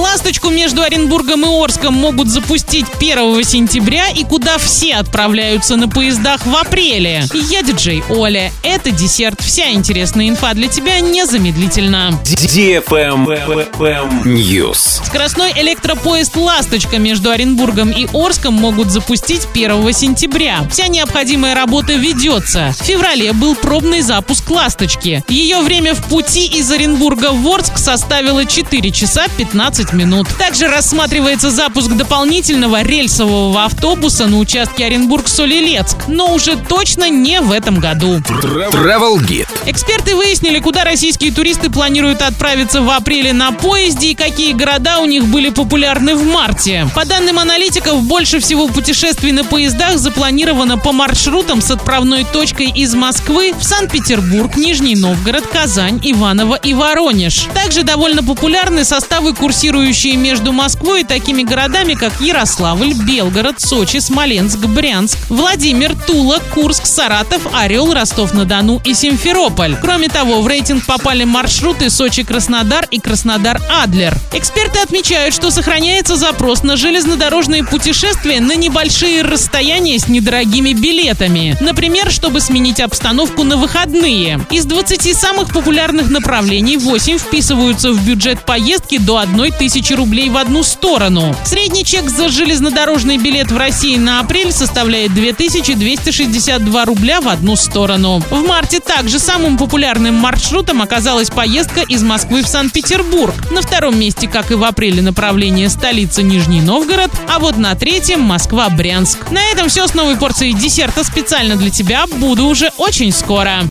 «Ласточку» между Оренбургом и Орском могут запустить 1 сентября и куда все отправляются на поездах в апреле. Я диджей Оля. Это десерт. Вся интересная инфа для тебя незамедлительно. News. Скоростной электропоезд «Ласточка» между Оренбургом и Орском могут запустить 1 сентября. Вся необходимая работа ведется. В феврале был пробный запуск «Ласточки». Ее время в пути из Оренбурга в Орск составило 4 часа 15 минут. Также рассматривается запуск дополнительного рельсового автобуса на участке Оренбург-Соль-Илецк, но уже точно не в этом году. Travel Guide. Эксперты выяснили, куда российские туристы планируют отправиться в апреле на поезде и какие города у них были популярны в марте. По данным аналитиков, больше всего путешествий на поездах запланировано по маршрутам с отправной точкой из Москвы в Санкт-Петербург, Нижний Новгород, Казань, Иваново и Воронеж. Также довольно популярны составы, курсирующие между Москвой и такими городами, как Ярославль, Белгород, Сочи, Смоленск, Брянск, Владимир, Тула, Курск, Саратов, Орел, Ростов-на-Дону и Симферополь. Кроме того, в рейтинг попали маршруты Сочи-Краснодар и Краснодар-Адлер. Эксперты отмечают, что сохраняется запрос на железнодорожные путешествия на небольшие расстояния с недорогими билетами. Например, чтобы сменить обстановку на выходные. Из 20 самых популярных направлений 8 вписываются в бюджет поездки до 1000 рублей в одну сторону. Средний чек за железнодорожный билет в России на апрель составляет 2262 рубля в одну сторону. В марте также самым популярным маршрутом оказалась поездка из Москвы в Санкт-Петербург. На втором месте, как и в апреле, направление столица Нижний Новгород, а вот на третьем Москва-Брянск. На этом все с новой порцией десерта специально для тебя. Буду уже очень скоро.